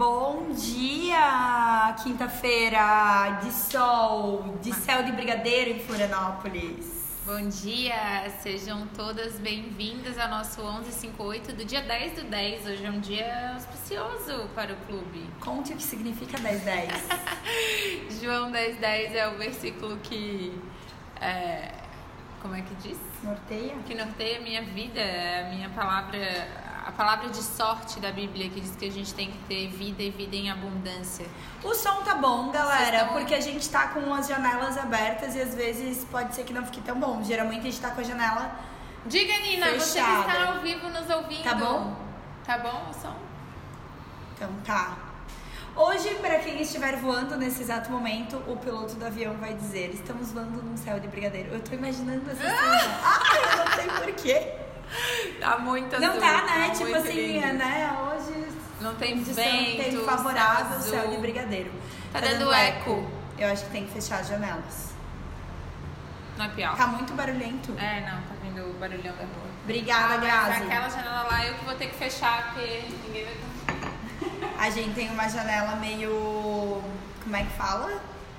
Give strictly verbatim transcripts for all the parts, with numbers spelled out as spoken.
Bom dia! Quinta-feira de sol, de céu de brigadeiro em Florianópolis. Bom dia! Sejam todas bem-vindas ao nosso onze cinquenta e oito do dia dez do dez. Hoje é um dia auspicioso para o clube. Conte o que significa dez dez. João dez dez é o versículo que... É, como é que diz? Norteia? Que norteia a minha vida, é a minha palavra... A palavra de sorte da Bíblia, que diz que a gente tem que ter vida e vida em abundância. O som tá bom, galera, estão... porque a gente tá com as janelas abertas e às vezes pode ser que não fique tão bom. Geralmente a gente tá com a janela Diga, Nina, fechada. Você que está ao vivo nos ouvindo. Tá bom? Tá bom o som? Então tá. Hoje, para quem estiver voando nesse exato momento, o piloto do avião vai dizer: estamos voando num céu de brigadeiro. Eu tô imaginando essa cena. Ah, eu não sei porquê. Tá muito azul. Não tá, né? Tá tipo assim, lindo. né? Hoje não tem de vento, tempo favorável, céu, céu de brigadeiro. Tá, tá dando eco. Eu acho que tem que fechar as janelas. Não é pior. Tá muito barulhento. É, não, tá vindo o barulhão da rua. Obrigada, ah, Grazi. Aquela janela lá eu que vou ter que fechar, porque ninguém vai conseguir. A gente tem uma janela meio... Como é que fala?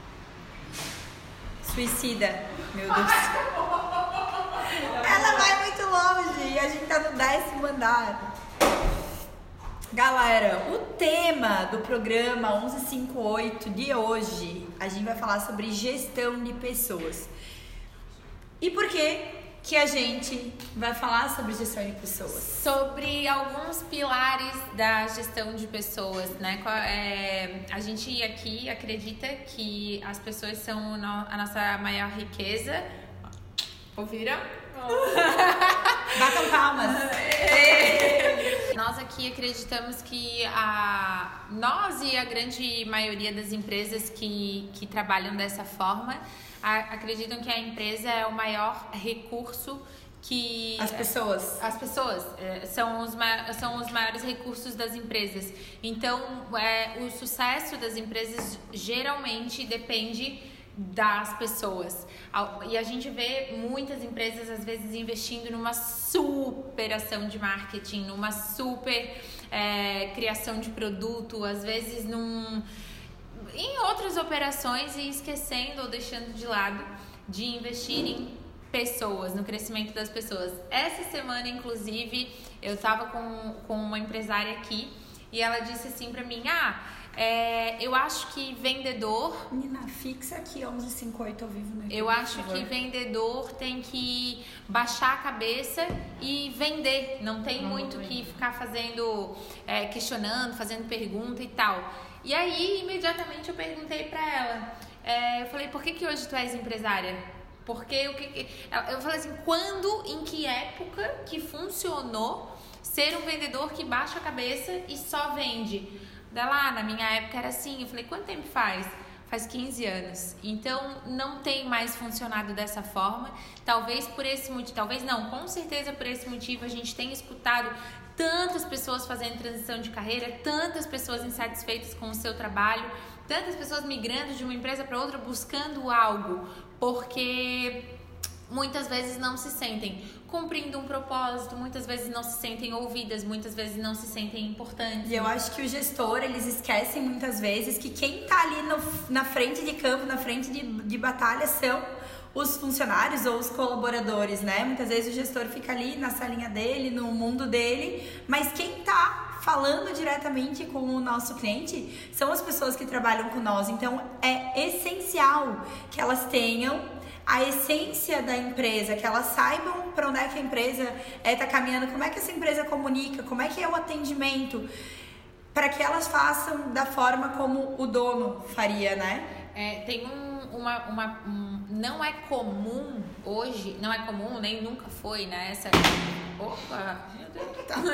Suicida. Meu Deus. Ela vai muito longe e a gente tá no décimo andar. Galera, o tema do programa onze cinquenta e oito de hoje, a gente vai falar sobre gestão de pessoas. E por que que a gente vai falar sobre gestão de pessoas? Sobre alguns pilares da gestão de pessoas, né? É, a gente aqui acredita que as pessoas são a nossa maior riqueza. Ouviram? Batam palmas. Nós aqui acreditamos que a, nós e a grande maioria das empresas que, que trabalham dessa forma a, acreditam que a empresa é o maior recurso que... As pessoas. As pessoas é, são, os, são os maiores recursos das empresas. Então, é, o sucesso das empresas geralmente depende das pessoas. E a gente vê muitas empresas às vezes investindo numa super ação de marketing, numa super é, criação de produto, às vezes num, em outras operações e esquecendo ou deixando de lado de investir em pessoas, no crescimento das pessoas. Essa semana, inclusive, eu estava com, com uma empresária aqui e ela disse assim pra mim: ah, É, eu acho que vendedor... Menina, fixa aqui onze cinquenta e oito ao vivo no YouTube. Eu acho que vendedor tem que baixar a cabeça e vender. Não tem Não muito bem. que ficar fazendo, é, questionando, fazendo pergunta e tal. E aí, imediatamente, eu perguntei pra ela. É, eu falei, por que que hoje tu és empresária? Porque o que... Eu falei assim, quando, em que época que funcionou ser um vendedor que baixa a cabeça e só vende? Lá, na minha época era assim. Eu falei, quanto tempo faz? Faz quinze anos. Então, não tem mais funcionado dessa forma. Talvez por esse motivo, talvez não, com certeza por esse motivo a gente tem escutado tantas pessoas fazendo transição de carreira, tantas pessoas insatisfeitas com o seu trabalho, tantas pessoas migrando de uma empresa para outra buscando algo, porque muitas vezes não se sentem cumprindo um propósito, muitas vezes não se sentem ouvidas, muitas vezes não se sentem importantes. E eu acho que o gestor, eles esquecem muitas vezes que quem tá ali no, na frente de campo, na frente de, de batalha são os funcionários ou os colaboradores, né? Muitas vezes o gestor fica ali na salinha dele, no mundo dele, mas quem tá falando diretamente com o nosso cliente são as pessoas que trabalham com nós. Então é essencial que elas tenham a essência da empresa, que elas saibam para onde é que a empresa está é, tá caminhando, como é que essa empresa comunica, como é que é o atendimento, para que elas façam da forma como o dono faria, né? É, tem um, uma, uma um, não é comum hoje, não é comum, nem nunca foi, né? Essa, opa, meu Deus, tá.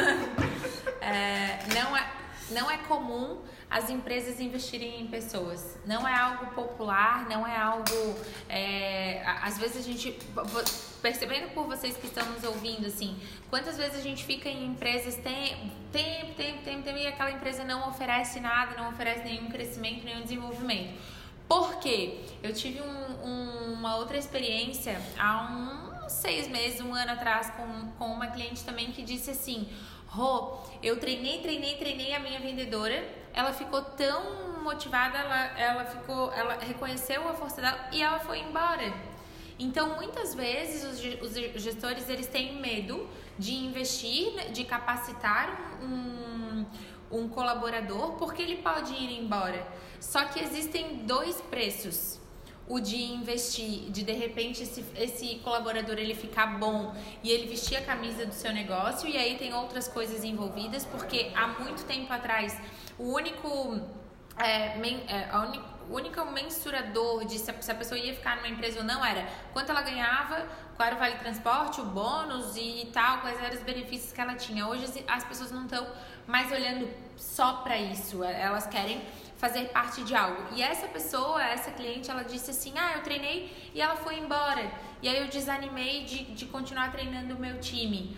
é, não é Não é comum as empresas investirem em pessoas. Não é algo popular, não é algo... É, às vezes a gente... Percebendo por vocês que estão nos ouvindo, assim, quantas vezes a gente fica em empresas tempo, tempo, tempo, tempo, tempo, e aquela empresa não oferece nada, não oferece nenhum crescimento, nenhum desenvolvimento. Por quê? Eu tive um, um, uma outra experiência há uns seis meses, um ano atrás, com, com uma cliente também que disse assim: Rô, eu treinei, treinei, treinei a minha vendedora ela ficou tão motivada, ela, ela, ficou, ela reconheceu a força dela e ela foi embora. Então, muitas vezes, os gestores eles têm medo de investir, de capacitar um, um colaborador, porque ele pode ir embora. Só que existem dois preços. O de investir, de de repente esse, esse colaborador ele ficar bom e ele vestir a camisa do seu negócio, e aí tem outras coisas envolvidas, porque há muito tempo atrás o único, é, men, é, a uni, o único mensurador de se a, se a pessoa ia ficar numa empresa ou não era quanto ela ganhava, qual era o vale transporte, o bônus e tal, quais eram os benefícios que ela tinha. Hoje as pessoas não estão mais olhando só para isso, elas querem fazer parte de algo. E essa pessoa, essa cliente, ela disse assim, ah, eu treinei e ela foi embora. E aí eu desanimei de, de continuar treinando o meu time.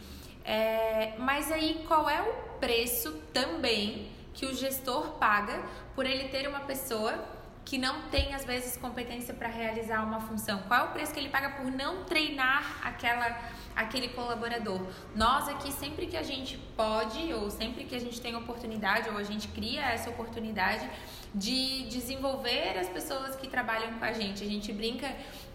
É, mas aí qual é o preço também que o gestor paga por ele ter uma pessoa que não tem, às vezes, competência para realizar uma função? Qual é o preço que ele paga por não treinar aquela, aquele colaborador? Nós aqui, sempre que a gente pode, ou sempre que a gente tem oportunidade, ou a gente cria essa oportunidade de desenvolver as pessoas que trabalham com a gente. A gente brinca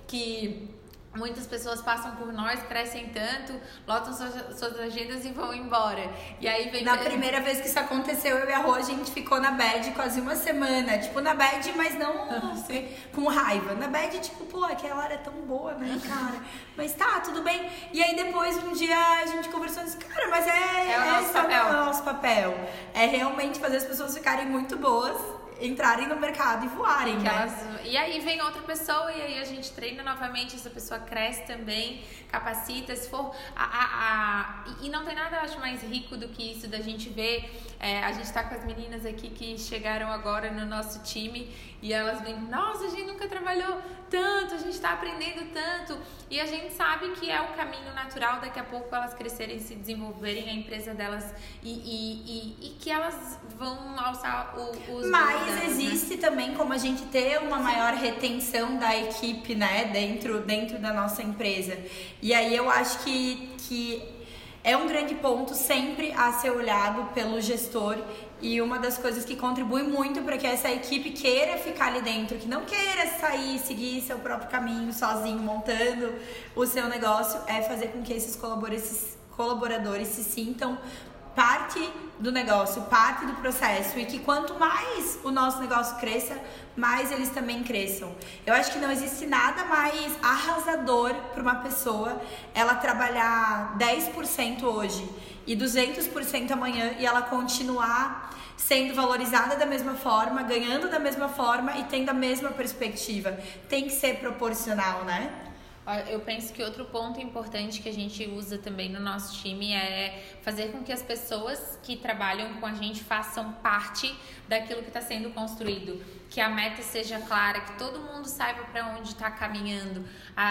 que muitas pessoas passam por nós, crescem tanto, lotam suas, suas agendas e vão embora. E aí vem... Na primeira vez que isso aconteceu, eu e a Rô, a gente ficou na bad quase uma semana. Tipo, na bad, mas não assim, com raiva. Na bad, tipo, pô, aquela hora é tão boa, né, cara? Mas tá, tudo bem. E aí depois, um dia, a gente conversou e disse, cara, mas é, é, o nosso esse papel. é o nosso papel. É realmente fazer as pessoas ficarem muito boas, entrarem no mercado e voarem, né? Elas... E aí vem outra pessoa e aí a gente treina novamente, essa pessoa cresce também, capacita, se for... A, a, a... E não tem nada, eu acho, mais rico do que isso, da gente ver... É, a gente tá com as meninas aqui que chegaram agora no nosso time e elas vêm, nossa, a gente nunca trabalhou tanto, a gente tá aprendendo tanto, e a gente sabe que é o caminho natural daqui a pouco elas crescerem, se desenvolverem, a empresa delas e, e, e, e que elas vão alçar o, os Mas delas, existe né? também como a gente ter uma maior retenção da equipe, né, dentro, dentro da nossa empresa. E aí eu acho que, que é um grande ponto sempre a ser olhado pelo gestor, e uma das coisas que contribui muito para que essa equipe queira ficar ali dentro, que não queira sair, seguir seu próprio caminho sozinho, montando o seu negócio, é fazer com que esses colaboradores, colaboradores se sintam parte do negócio, parte do processo, e que quanto mais o nosso negócio cresça, mais eles também cresçam. Eu acho que não existe nada mais arrasador para uma pessoa ela trabalhar dez por cento hoje e duzentos por cento amanhã e ela continuar sendo valorizada da mesma forma, ganhando da mesma forma e tendo a mesma perspectiva. Tem que ser proporcional, né? Eu penso que outro ponto importante que a gente usa também no nosso time é fazer com que as pessoas que trabalham com a gente façam parte daquilo que está sendo construído, que a meta seja clara, que todo mundo saiba para onde está caminhando.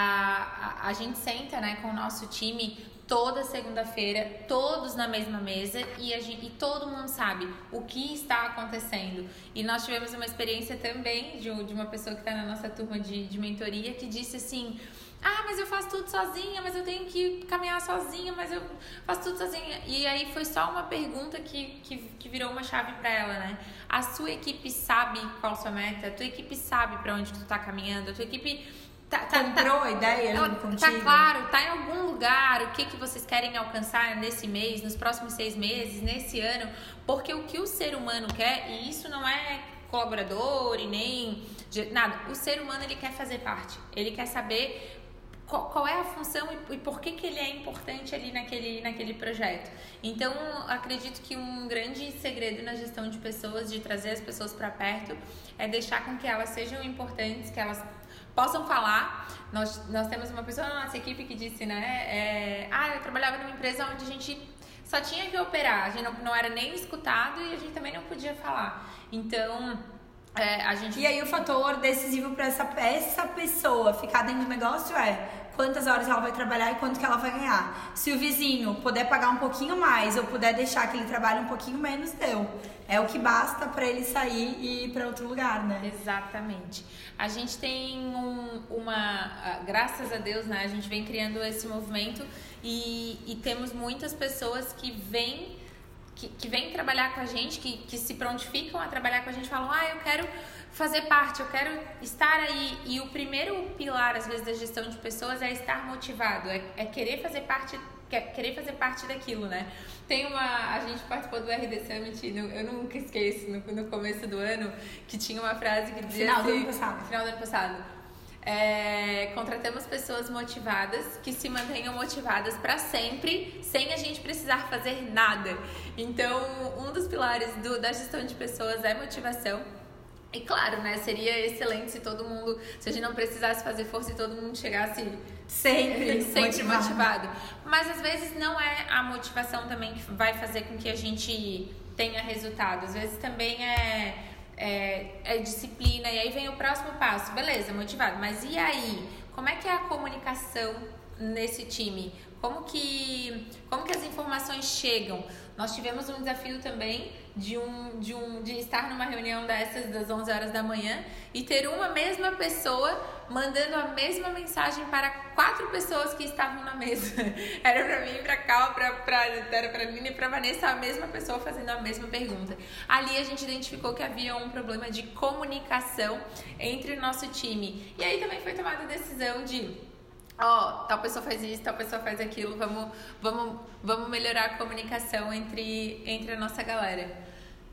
A, a, a gente senta, né, com o nosso time toda segunda-feira, todos na mesma mesa, e, a gente, e todo mundo sabe o que está acontecendo. E nós tivemos uma experiência também de, de uma pessoa que está na nossa turma de, de mentoria, que disse assim, ah, mas eu faço tudo sozinha, mas eu tenho que caminhar sozinha, mas eu faço tudo sozinha. E aí foi só uma pergunta que, que, que virou uma chave para ela, né? A sua equipe sabe qual a sua meta? A tua equipe sabe para onde tu tá caminhando? A tua equipe... Tá, tá, Comprou a ideia ela, contigo? Tá claro, tá em algum lugar o que, que vocês querem alcançar nesse mês, nos próximos seis meses, nesse ano, porque o que o ser humano quer, e isso não é colaborador e nem nada, o ser humano ele quer fazer parte, ele quer saber qual, qual é a função e, e por que, que ele é importante ali naquele, naquele projeto. Então, acredito que um grande segredo na gestão de pessoas, de trazer as pessoas para perto, é deixar com que elas sejam importantes, que elas possam falar. Nós, nós temos uma pessoa na nossa equipe que disse, né, é, ah, eu trabalhava numa empresa onde a gente só tinha que operar, a gente não, não era nem escutado e a gente também não podia falar. Então, é, a gente... E aí o fator decisivo para essa, essa pessoa ficar dentro do negócio é quantas horas ela vai trabalhar e quanto que ela vai ganhar. Se o vizinho puder pagar um pouquinho mais ou puder deixar que ele trabalhe um pouquinho menos, deu. É o que basta para ele sair e ir para outro lugar, né? Exatamente. A gente tem um, uma... Graças a Deus, né? A gente vem criando esse movimento e, e temos muitas pessoas que vêm que, que vêm trabalhar com a gente, que, que se prontificam a trabalhar com a gente, falam, ah, eu quero fazer parte, eu quero estar aí. E o primeiro pilar, às vezes, da gestão de pessoas é estar motivado, é, é querer fazer parte, querer fazer parte daquilo, né? Tem uma... A gente participou do R D Summit, no, eu nunca esqueço, no, no começo do ano, que tinha uma frase que dizia Final assim... do ano passado. Final do ano passado. É, contratamos pessoas motivadas que se mantenham motivadas para sempre, sem a gente precisar fazer nada. Então, um dos pilares do, da gestão de pessoas é motivação. E claro, né, seria excelente se todo mundo, se a gente não precisasse fazer força e todo mundo chegasse sempre, sempre motivado. motivado. Mas às vezes não é a motivação também que vai fazer com que a gente tenha resultado. Às vezes também é... É, é disciplina, e aí vem o próximo passo, beleza, motivado, mas e aí? Como é que é a comunicação nesse time? Como que, como que as informações chegam? Nós tivemos um desafio também de, um, de, um, de estar numa reunião dessas das onze horas da manhã e ter uma mesma pessoa mandando a mesma mensagem para quatro pessoas que estavam na mesa. Era para mim, para Cal, pra, pra, era para mim e para Vanessa, a mesma pessoa fazendo a mesma pergunta. Ali a gente identificou que havia um problema de comunicação entre o nosso time. E aí também foi tomada a decisão de... ó, oh, tal pessoa faz isso, tal pessoa faz aquilo, vamos, vamos, vamos melhorar a comunicação entre, entre a nossa galera.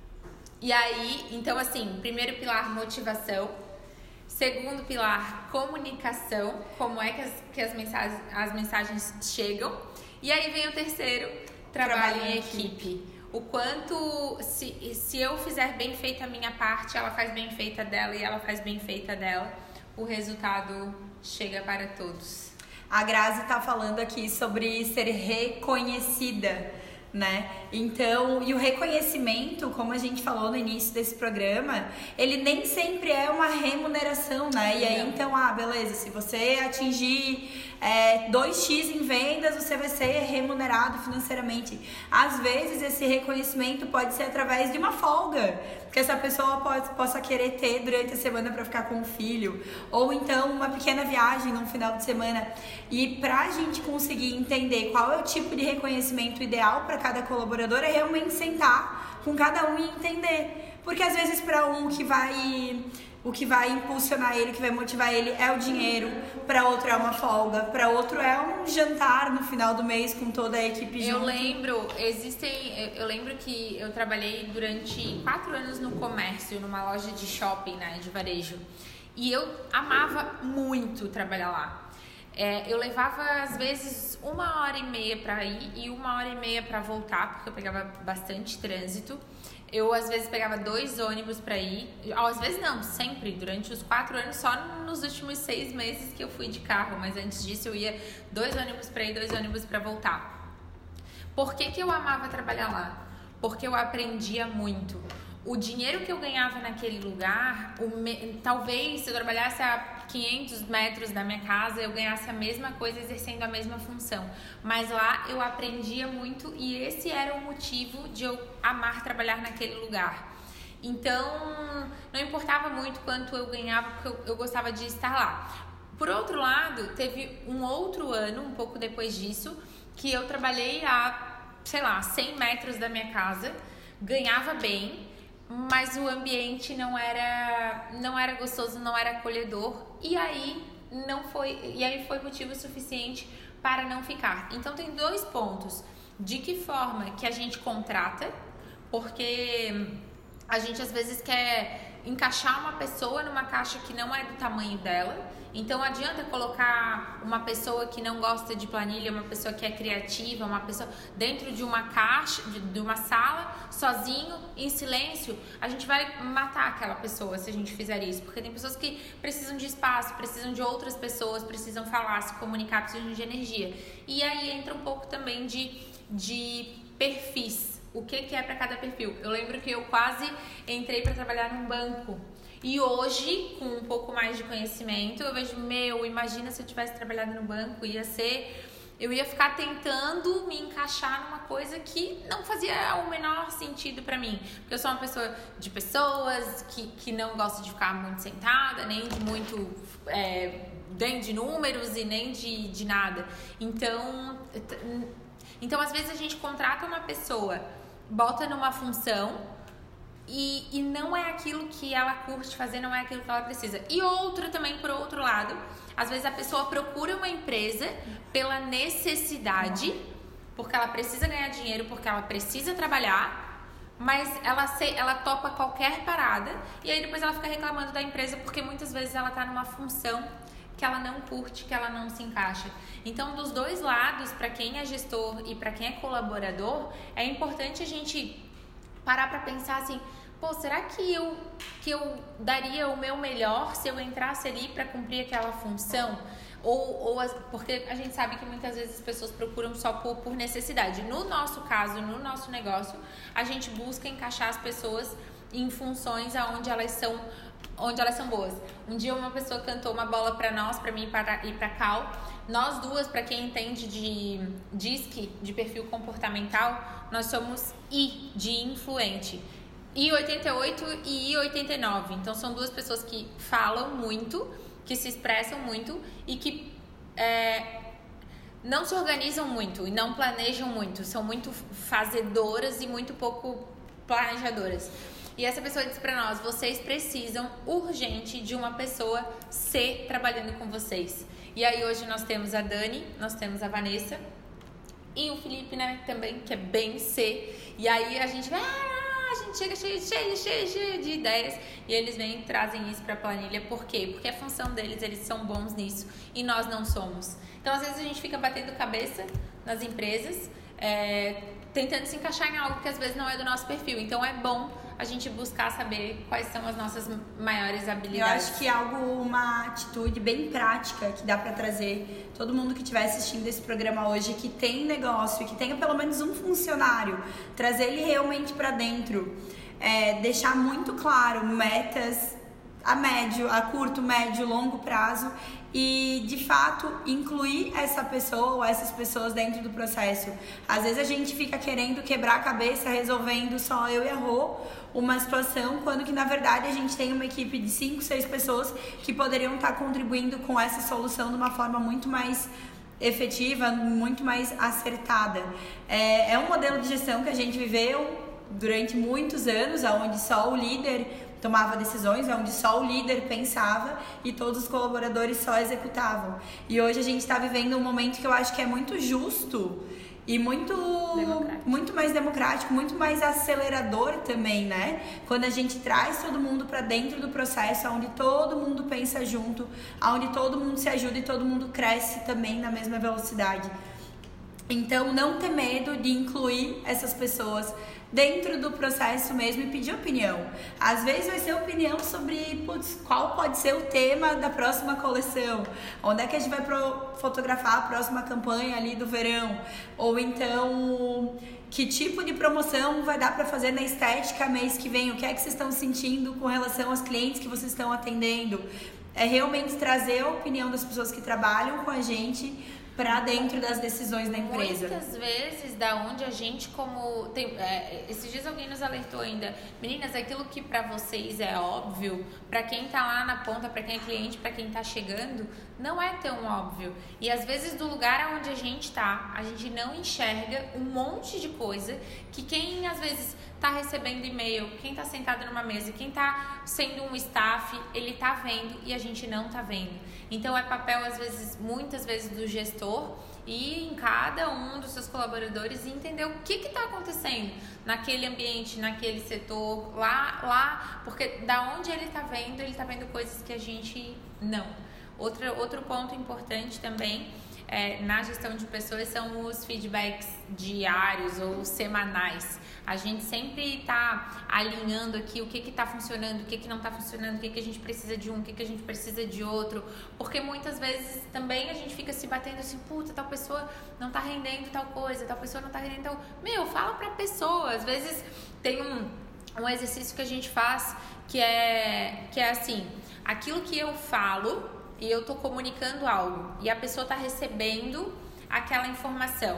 E aí, então assim, primeiro pilar, motivação. Segundo pilar, comunicação, como é que as, que as, mensagens, as mensagens chegam. E aí vem o terceiro, trabalho, trabalho em equipe. equipe. O quanto, se, se eu fizer bem feita a minha parte, ela faz bem feita dela e ela faz bem feita dela, o resultado chega para todos. A Grazi tá falando aqui sobre ser reconhecida, né? Então, e o reconhecimento, como a gente falou no início desse programa, ele nem sempre é uma remuneração, né? E aí, então, ah, beleza, se você atingir é, dois x em vendas, você vai ser remunerado financeiramente. Às vezes, esse reconhecimento pode ser através de uma folga, que essa pessoa pode, possa querer ter durante a semana para ficar com o filho, ou então uma pequena viagem no final de semana. E pra gente conseguir entender qual é o tipo de reconhecimento ideal para cada colaborador, é realmente sentar com cada um e entender. Porque às vezes para um que vai... o que vai impulsionar ele, o que vai motivar ele é o dinheiro, para outro é uma folga, para outro é um jantar no final do mês com toda a equipe junto. Eu lembro, existem, eu lembro que eu trabalhei durante quatro anos no comércio, numa loja de shopping, né, de varejo, e eu amava muito trabalhar lá. É, eu levava às vezes uma hora e meia para ir e uma hora e meia para voltar, porque eu pegava bastante trânsito. Eu, às vezes, pegava dois ônibus pra ir. Às vezes, não, sempre. Durante os quatro anos, só nos últimos seis meses que eu fui de carro. Mas antes disso, eu ia dois ônibus pra ir, dois ônibus pra voltar. Por que que eu amava trabalhar lá? Porque eu aprendia muito. O dinheiro que eu ganhava naquele lugar, o me... talvez se eu trabalhasse a quinhentos metros da minha casa, eu ganhasse a mesma coisa exercendo a mesma função. Mas lá eu aprendia muito e esse era o motivo de eu amar trabalhar naquele lugar. Então, não importava muito quanto eu ganhava, porque eu, eu gostava de estar lá. Por outro lado, teve um outro ano, um pouco depois disso, que eu trabalhei a, sei lá, cem metros da minha casa, ganhava bem, mas o ambiente não era, não era gostoso, não era acolhedor, e aí não foi, e aí foi motivo suficiente para não ficar. Então tem dois pontos: de que forma que a gente contrata, porque a gente às vezes quer encaixar uma pessoa numa caixa que não é do tamanho dela. Então adianta colocar uma pessoa que não gosta de planilha, uma pessoa que é criativa, uma pessoa dentro de uma caixa, de, de uma sala, sozinho, em silêncio. A gente vai matar aquela pessoa se a gente fizer isso, porque tem pessoas que precisam de espaço, precisam de outras pessoas, precisam falar, se comunicar, precisam de energia. E aí entra um pouco também de, de perfis. O que, que é para cada perfil? Eu lembro que eu quase entrei para trabalhar num banco. E hoje, com um pouco mais de conhecimento, eu vejo, meu, imagina se eu tivesse trabalhado no banco, ia ser... Eu ia ficar tentando me encaixar numa coisa que não fazia o menor sentido pra mim. Porque eu sou uma pessoa de pessoas, que, que não gosta de ficar muito sentada, nem de muito... É, nem de números e nem de, de nada. Então, então, às vezes a gente contrata uma pessoa bota numa função e, e não é aquilo que ela curte fazer, não é aquilo que ela precisa. E outra também, por outro lado, às vezes a pessoa procura uma empresa pela necessidade, porque ela precisa ganhar dinheiro, porque ela precisa trabalhar, mas ela, se, ela topa qualquer parada e aí depois ela fica reclamando da empresa porque muitas vezes ela tá numa função que ela não curte, que ela não se encaixa. Então, dos dois lados, para quem é gestor e para quem é colaborador, é importante a gente parar para pensar assim, pô, será que eu, que eu daria o meu melhor se eu entrasse ali para cumprir aquela função? Ou, ou as, porque a gente sabe que muitas vezes as pessoas procuram só por, por necessidade. No nosso caso, no nosso negócio, a gente busca encaixar as pessoas em funções aonde elas são, onde elas são boas. Um dia uma pessoa cantou uma bola para nós, para mim e para Cal. Nós duas, para quem entende de D I S C, de perfil comportamental, nós somos I, de influente. I oitenta e oito e I oitenta e nove. Então, são duas pessoas que falam muito, que se expressam muito e que é, não se organizam muito e não planejam muito. São muito fazedoras e muito pouco planejadoras. E essa pessoa disse pra nós, vocês precisam urgente de uma pessoa C trabalhando com vocês. E aí hoje nós temos a Dani, nós temos a Vanessa e o Felipe, né, também, que é bem C. E aí a gente vai, ah, a gente chega cheio, cheio, cheio, cheio de ideias e eles vêm e trazem isso pra planilha. Por quê? Porque a função deles, eles são bons nisso e nós não somos. Então às vezes a gente fica batendo cabeça nas empresas, é, tentando se encaixar em algo que às vezes não é do nosso perfil. Então é bom a gente buscar saber quais são as nossas maiores habilidades. Eu acho que é algo, uma atitude bem prática que dá pra trazer todo mundo que estiver assistindo esse programa hoje, que tem negócio e que tenha pelo menos um funcionário, trazer ele realmente pra dentro, é, deixar muito claro metas a médio, a curto, médio, longo prazo e, de fato, incluir essa pessoa ou essas pessoas dentro do processo. Às vezes a gente fica querendo quebrar a cabeça, resolvendo só eu e a Rô uma situação, quando que, na verdade, a gente tem uma equipe de cinco, seis pessoas que poderiam estar contribuindo com essa solução de uma forma muito mais efetiva, muito mais acertada. É, é um modelo de gestão que a gente viveu durante muitos anos, onde só o líder tomava decisões, onde só o líder pensava e todos os colaboradores só executavam. E hoje a gente está vivendo um momento que eu acho que é muito justo e muito, muito mais democrático, muito mais acelerador também, né? Quando a gente traz todo mundo para dentro do processo, onde todo mundo pensa junto, onde todo mundo se ajuda e todo mundo cresce também na mesma velocidade. Então, não ter medo de incluir essas pessoas dentro do processo mesmo e pedir opinião. Às vezes vai ser opinião sobre putz, qual pode ser o tema da próxima coleção, onde é que a gente vai pro, fotografar a próxima campanha ali do verão, ou então que tipo de promoção vai dar para fazer na estética mês que vem, o que é que vocês estão sentindo com relação aos clientes que vocês estão atendendo. É realmente trazer a opinião das pessoas que trabalham com a gente para dentro das decisões da empresa. Muitas vezes, da onde a gente como... Tem, é, esses dias alguém nos alertou ainda. Meninas, aquilo que para vocês é óbvio, para quem tá lá na ponta, para quem é cliente, para quem tá chegando, não é tão óbvio. E às vezes do lugar onde a gente tá, a gente não enxerga um monte de coisa que quem às vezes tá recebendo e-mail, quem tá sentado numa mesa, quem tá sendo um staff, ele tá vendo e a gente não tá vendo. Então é papel, às vezes, muitas vezes do gestor ir em cada um dos seus colaboradores e entender o que que tá acontecendo naquele ambiente, naquele setor, lá, lá, porque da onde ele tá vendo, ele tá vendo coisas que a gente não. Outro, outro ponto importante também é, na gestão de pessoas são os feedbacks diários ou semanais. A gente sempre está alinhando aqui o que que está funcionando, o que que não está funcionando, o que que a gente precisa de um, o que que a gente precisa de outro, porque muitas vezes também a gente fica se batendo assim, puta, tal pessoa não está rendendo tal coisa, tal pessoa não está rendendo tal... Meu, fala pra pessoa. Às vezes tem um, um exercício que a gente faz que é, que é assim, aquilo que eu falo e eu tô comunicando algo e a pessoa tá recebendo aquela informação.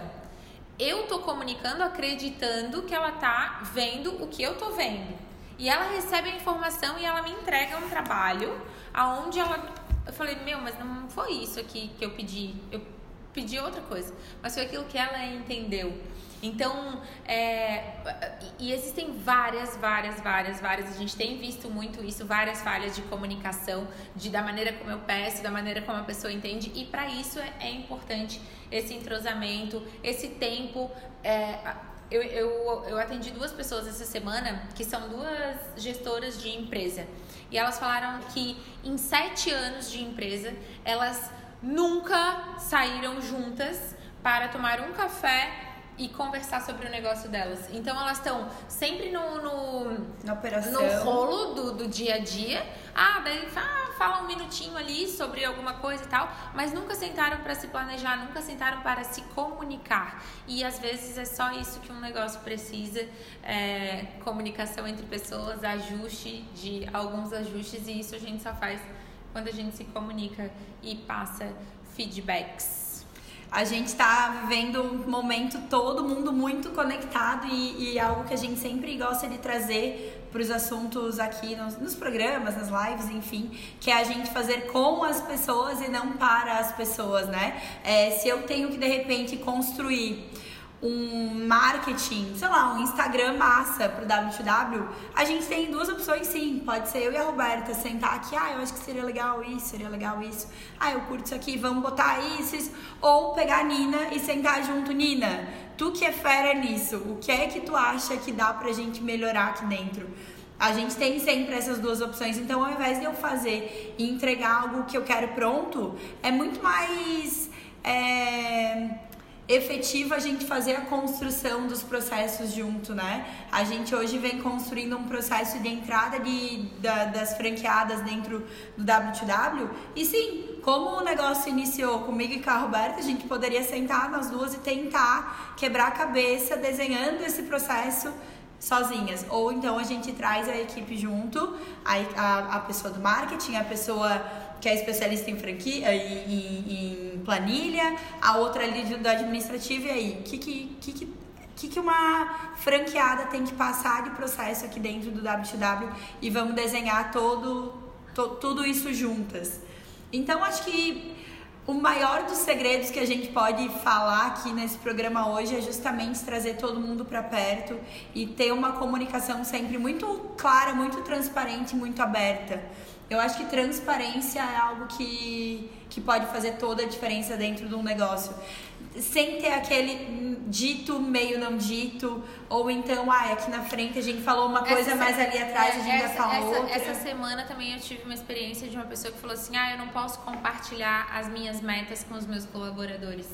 Eu tô comunicando acreditando que ela tá vendo o que eu tô vendo. E ela recebe a informação e ela me entrega um trabalho aonde ela... Eu falei, meu, mas não foi isso aqui que eu pedi. Eu pedir outra coisa, mas foi aquilo que ela entendeu. Então, é, e existem várias, várias, várias, várias, a gente tem visto muito isso, várias falhas de comunicação, de, da maneira como eu peço, da maneira como a pessoa entende, e para isso é, é importante esse entrosamento, esse tempo. É, eu, eu, eu atendi duas pessoas essa semana, que são duas gestoras de empresa, e elas falaram que em sete anos de empresa, elas nunca saíram juntas para tomar um café e conversar sobre o negócio delas. Então elas estão sempre no, no, Na operação. no rolo do, do dia a dia. Ah, daí ah, fala um minutinho ali sobre alguma coisa e tal, mas nunca sentaram para se planejar, nunca sentaram para se comunicar. E às vezes é só isso que um negócio precisa, é, comunicação entre pessoas, ajuste de alguns ajustes, e isso a gente só faz quando a gente se comunica e passa feedbacks. A gente tá vivendo um momento todo mundo muito conectado e, e algo que a gente sempre gosta de trazer para os assuntos aqui nos, nos programas, nas lives, enfim, que é a gente fazer com as pessoas e não para as pessoas, né? É, se eu tenho que, de repente, construir um marketing, sei lá, um Instagram massa pro W dois W, a gente tem duas opções, sim. Pode ser eu e a Roberta sentar aqui, ah, eu acho que seria legal isso, seria legal isso, ah, eu curto isso aqui, vamos botar isso, isso. Ou pegar a Nina e sentar junto. Nina, tu que é fera nisso, o que é que tu acha que dá pra gente melhorar aqui dentro? A gente tem sempre essas duas opções, então ao invés de eu fazer e entregar algo que eu quero pronto, é muito mais é, efetivo a gente fazer a construção dos processos junto, né? A gente hoje vem construindo um processo de entrada de, da, das franqueadas dentro do W dois W, e sim, como o negócio iniciou comigo e com a Roberta, a gente poderia sentar nós duas e tentar quebrar a cabeça desenhando esse processo sozinhas, ou então a gente traz a equipe junto, a, a, a pessoa do marketing, a pessoa que é especialista em franquia, em, em, em planilha, a outra ali do administrativo, e aí, o que que, que, que que uma franqueada tem que passar de processo aqui dentro do W dois W, e vamos desenhar todo, to, tudo isso juntas. Então, acho que o maior dos segredos que a gente pode falar aqui nesse programa hoje é justamente trazer todo mundo para perto e ter uma comunicação sempre muito clara, muito transparente, muito aberta. Eu acho que transparência é algo que, que pode fazer toda a diferença dentro de um negócio. Sem ter aquele dito, meio não dito, ou então, ah, aqui na frente a gente falou uma coisa, essa, mas ali atrás a gente essa, já falou essa, outra. Essa semana também eu tive uma experiência de uma pessoa que falou assim, ah, eu não posso compartilhar as minhas metas com os meus colaboradores.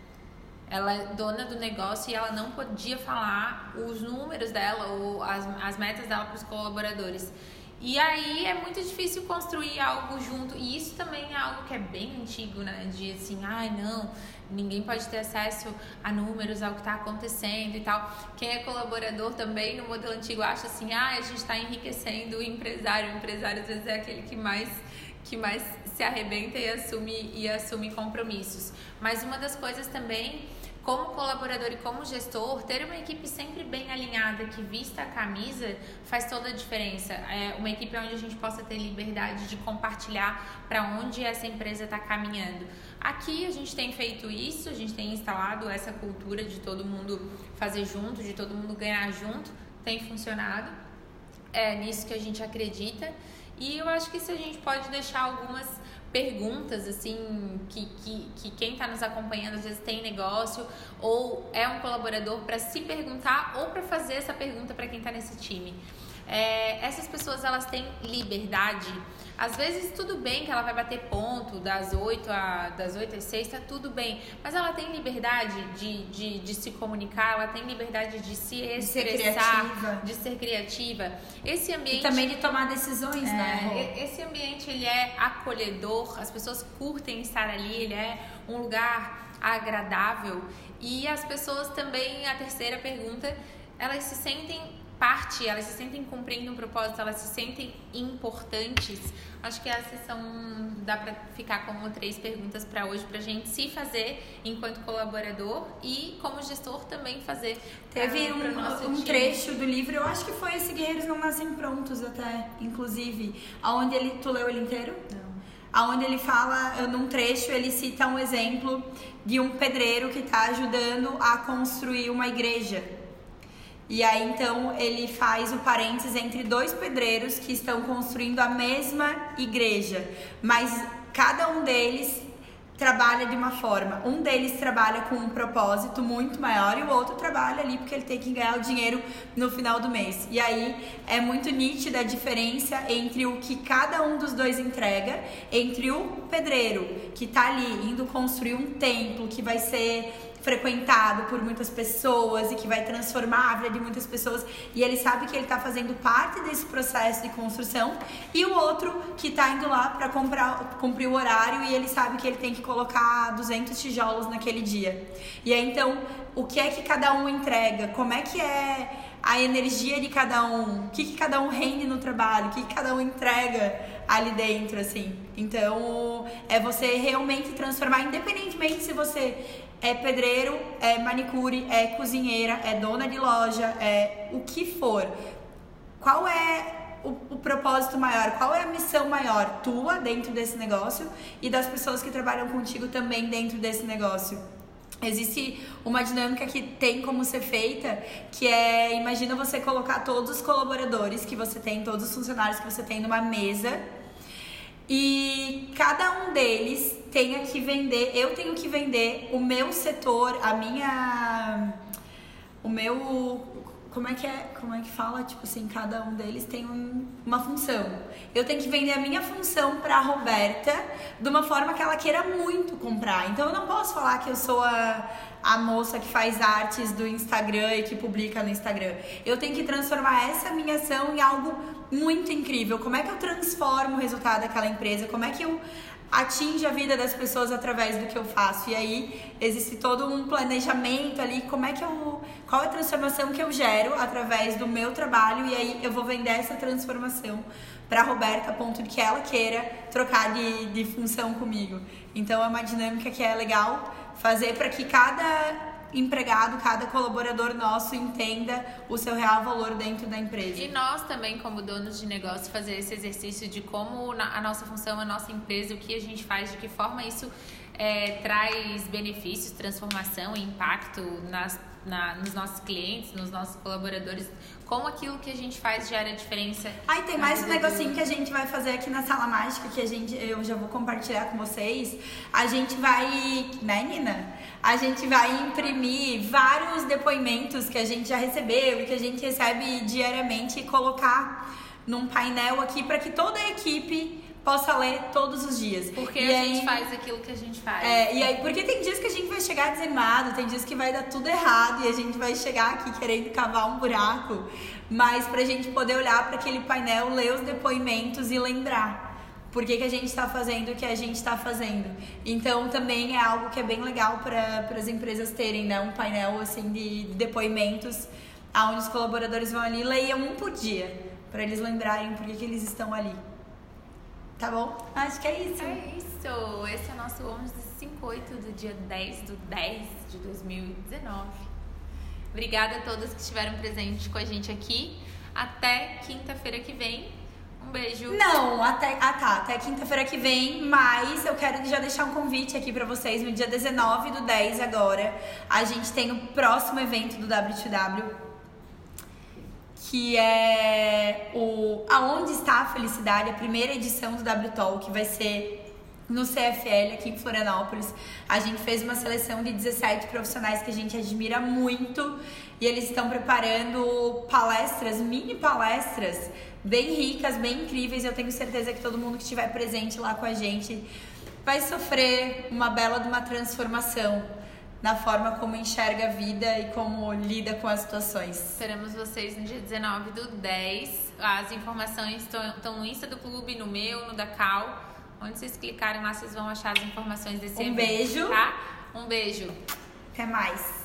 Ela é dona do negócio e ela não podia falar os números dela ou as, as metas dela para os colaboradores. E aí é muito difícil construir algo junto. E isso também é algo que é bem antigo, né? De assim, ai, ah, não, ninguém pode ter acesso a números, ao que está acontecendo e tal. Quem é colaborador também no modelo antigo acha assim, ah, a gente está enriquecendo o empresário. O empresário às vezes é aquele que mais, que mais se arrebenta e assume, e assume compromissos. Mas uma das coisas também, como colaborador e como gestor, ter uma equipe sempre bem alinhada, que vista a camisa, faz toda a diferença. É uma equipe onde a gente possa ter liberdade de compartilhar para onde essa empresa está caminhando. Aqui a gente tem feito isso, a gente tem instalado essa cultura de todo mundo fazer junto, de todo mundo ganhar junto, tem funcionado, é nisso que a gente acredita. E eu acho que se a gente pode deixar algumas perguntas, assim, que, que, que quem está nos acompanhando às vezes tem negócio ou é um colaborador, para se perguntar ou para fazer essa pergunta para quem está nesse time. É, essas pessoas, elas têm liberdade. Às vezes tudo bem que ela vai bater ponto das oito às seis, tá tudo bem, mas ela tem liberdade de, de, de se comunicar, ela tem liberdade de se expressar, de ser criativa, de ser criativa. Esse ambiente, e também de tomar decisões, é, né? Esse ambiente, ele é acolhedor, as pessoas curtem estar ali, ele é um lugar agradável, e as pessoas também, a terceira pergunta, elas se sentem parte, elas se sentem cumprindo um propósito, elas se sentem importantes. Acho que essas são, dá para ficar como três perguntas para hoje, pra gente se fazer enquanto colaborador e como gestor também fazer. Teve pra, um, pra um trecho do livro, eu acho que foi esse Guerreiros Não Nascem Prontos até, inclusive, onde ele, tu leu ele inteiro? Não. onde ele fala, num trecho, ele cita um exemplo de um pedreiro que está ajudando a construir uma igreja. E aí, então, ele faz o parênteses entre dois pedreiros que estão construindo a mesma igreja, mas cada um deles trabalha de uma forma. Um deles trabalha com um propósito muito maior e o outro trabalha ali porque ele tem que ganhar o dinheiro no final do mês. E aí é muito nítida a diferença entre o que cada um dos dois entrega, entre o pedreiro que está ali indo construir um templo que vai ser frequentado por muitas pessoas e que vai transformar a vida de muitas pessoas, e ele sabe que ele está fazendo parte desse processo de construção, e o outro que está indo lá para cumprir o horário e ele sabe que ele tem que colocar duzentos tijolos naquele dia. E aí então, o que é que cada um entrega? Como é que é a energia de cada um? O que, que cada um rende no trabalho? O que, que cada um entrega ali dentro, assim? Então, é você realmente transformar, independentemente se você é pedreiro, é manicure, é cozinheira, é dona de loja, é o que for. Qual é o, o propósito maior? Qual é a missão maior tua dentro desse negócio e das pessoas que trabalham contigo também dentro desse negócio? Existe uma dinâmica que tem como ser feita, que é, imagina você colocar todos os colaboradores que você tem, todos os funcionários que você tem numa mesa, e cada um deles tenha que vender, eu tenho que vender o meu setor, a minha, o meu, como é que é, como é que fala, tipo assim, cada um deles tem um, uma função. Eu tenho que vender a minha função para a Roberta de uma forma que ela queira muito comprar. Então eu não posso falar que eu sou a, a moça que faz artes do Instagram e que publica no Instagram. Eu tenho que transformar essa minha ação em algo muito incrível. Como é que eu transformo o resultado daquela empresa? Como é que eu atinge a vida das pessoas através do que eu faço? E aí existe todo um planejamento ali, como é que eu, qual é a transformação que eu gero através do meu trabalho, e aí eu vou vender essa transformação para a Roberta a ponto de que ela queira trocar de, de função comigo. Então é uma dinâmica que é legal fazer para que cada empregado, cada colaborador nosso entenda o seu real valor dentro da empresa. E nós também, como donos de negócio, fazer esse exercício de como a nossa função, a nossa empresa, o que a gente faz, de que forma isso é, traz benefícios, transformação e impacto nas, na, nos nossos clientes, nos nossos colaboradores, como aquilo que a gente faz gera diferença. Aí tem mais um negocinho do... que a gente vai fazer aqui na Sala Mágica, que a gente, eu já vou compartilhar com vocês. A gente vai, né, Nina? A gente vai imprimir vários depoimentos que a gente já recebeu e que a gente recebe diariamente e colocar num painel aqui para que toda a equipe possa ler todos os dias. Porque e a aí, gente faz aquilo que a gente faz. É, e aí, porque tem dias que a gente vai chegar desanimado, tem dias que vai dar tudo errado e a gente vai chegar aqui querendo cavar um buraco, mas pra gente poder olhar para aquele painel, ler os depoimentos e lembrar por que, que a gente está fazendo o que a gente está fazendo. Então também é algo que é bem legal para as empresas terem, né, um painel assim de depoimentos onde os colaboradores vão ali e leiam um por dia, para eles lembrarem por que, que eles estão ali. Tá bom? Acho que é isso. É isso. Esse é o nosso onze cinquenta e oito do dia dez do dez de dois mil e dezenove. Obrigada a todas que estiveram presentes com a gente aqui. Até quinta-feira que vem. Um beijo. Não, até, ah tá, até quinta-feira que vem, mas eu quero já deixar um convite aqui pra vocês. No dia dezenove do dez agora, a gente tem o próximo evento do W dois W, que é o Aonde Está a Felicidade, a primeira edição do W Talk, que vai ser no C F L aqui em Florianópolis. A gente fez uma seleção de dezessete profissionais que a gente admira muito e eles estão preparando palestras, mini palestras bem ricas, bem incríveis. Eu tenho certeza que todo mundo que estiver presente lá com a gente vai sofrer uma bela de uma transformação na forma como enxerga a vida e como lida com as situações. Esperamos vocês no dia dezenove do dez. As informações estão no Insta do clube, no meu, no da Cal. Onde vocês clicarem lá, vocês vão achar as informações desse um evento. Um beijo. Tá? Um beijo. Até mais.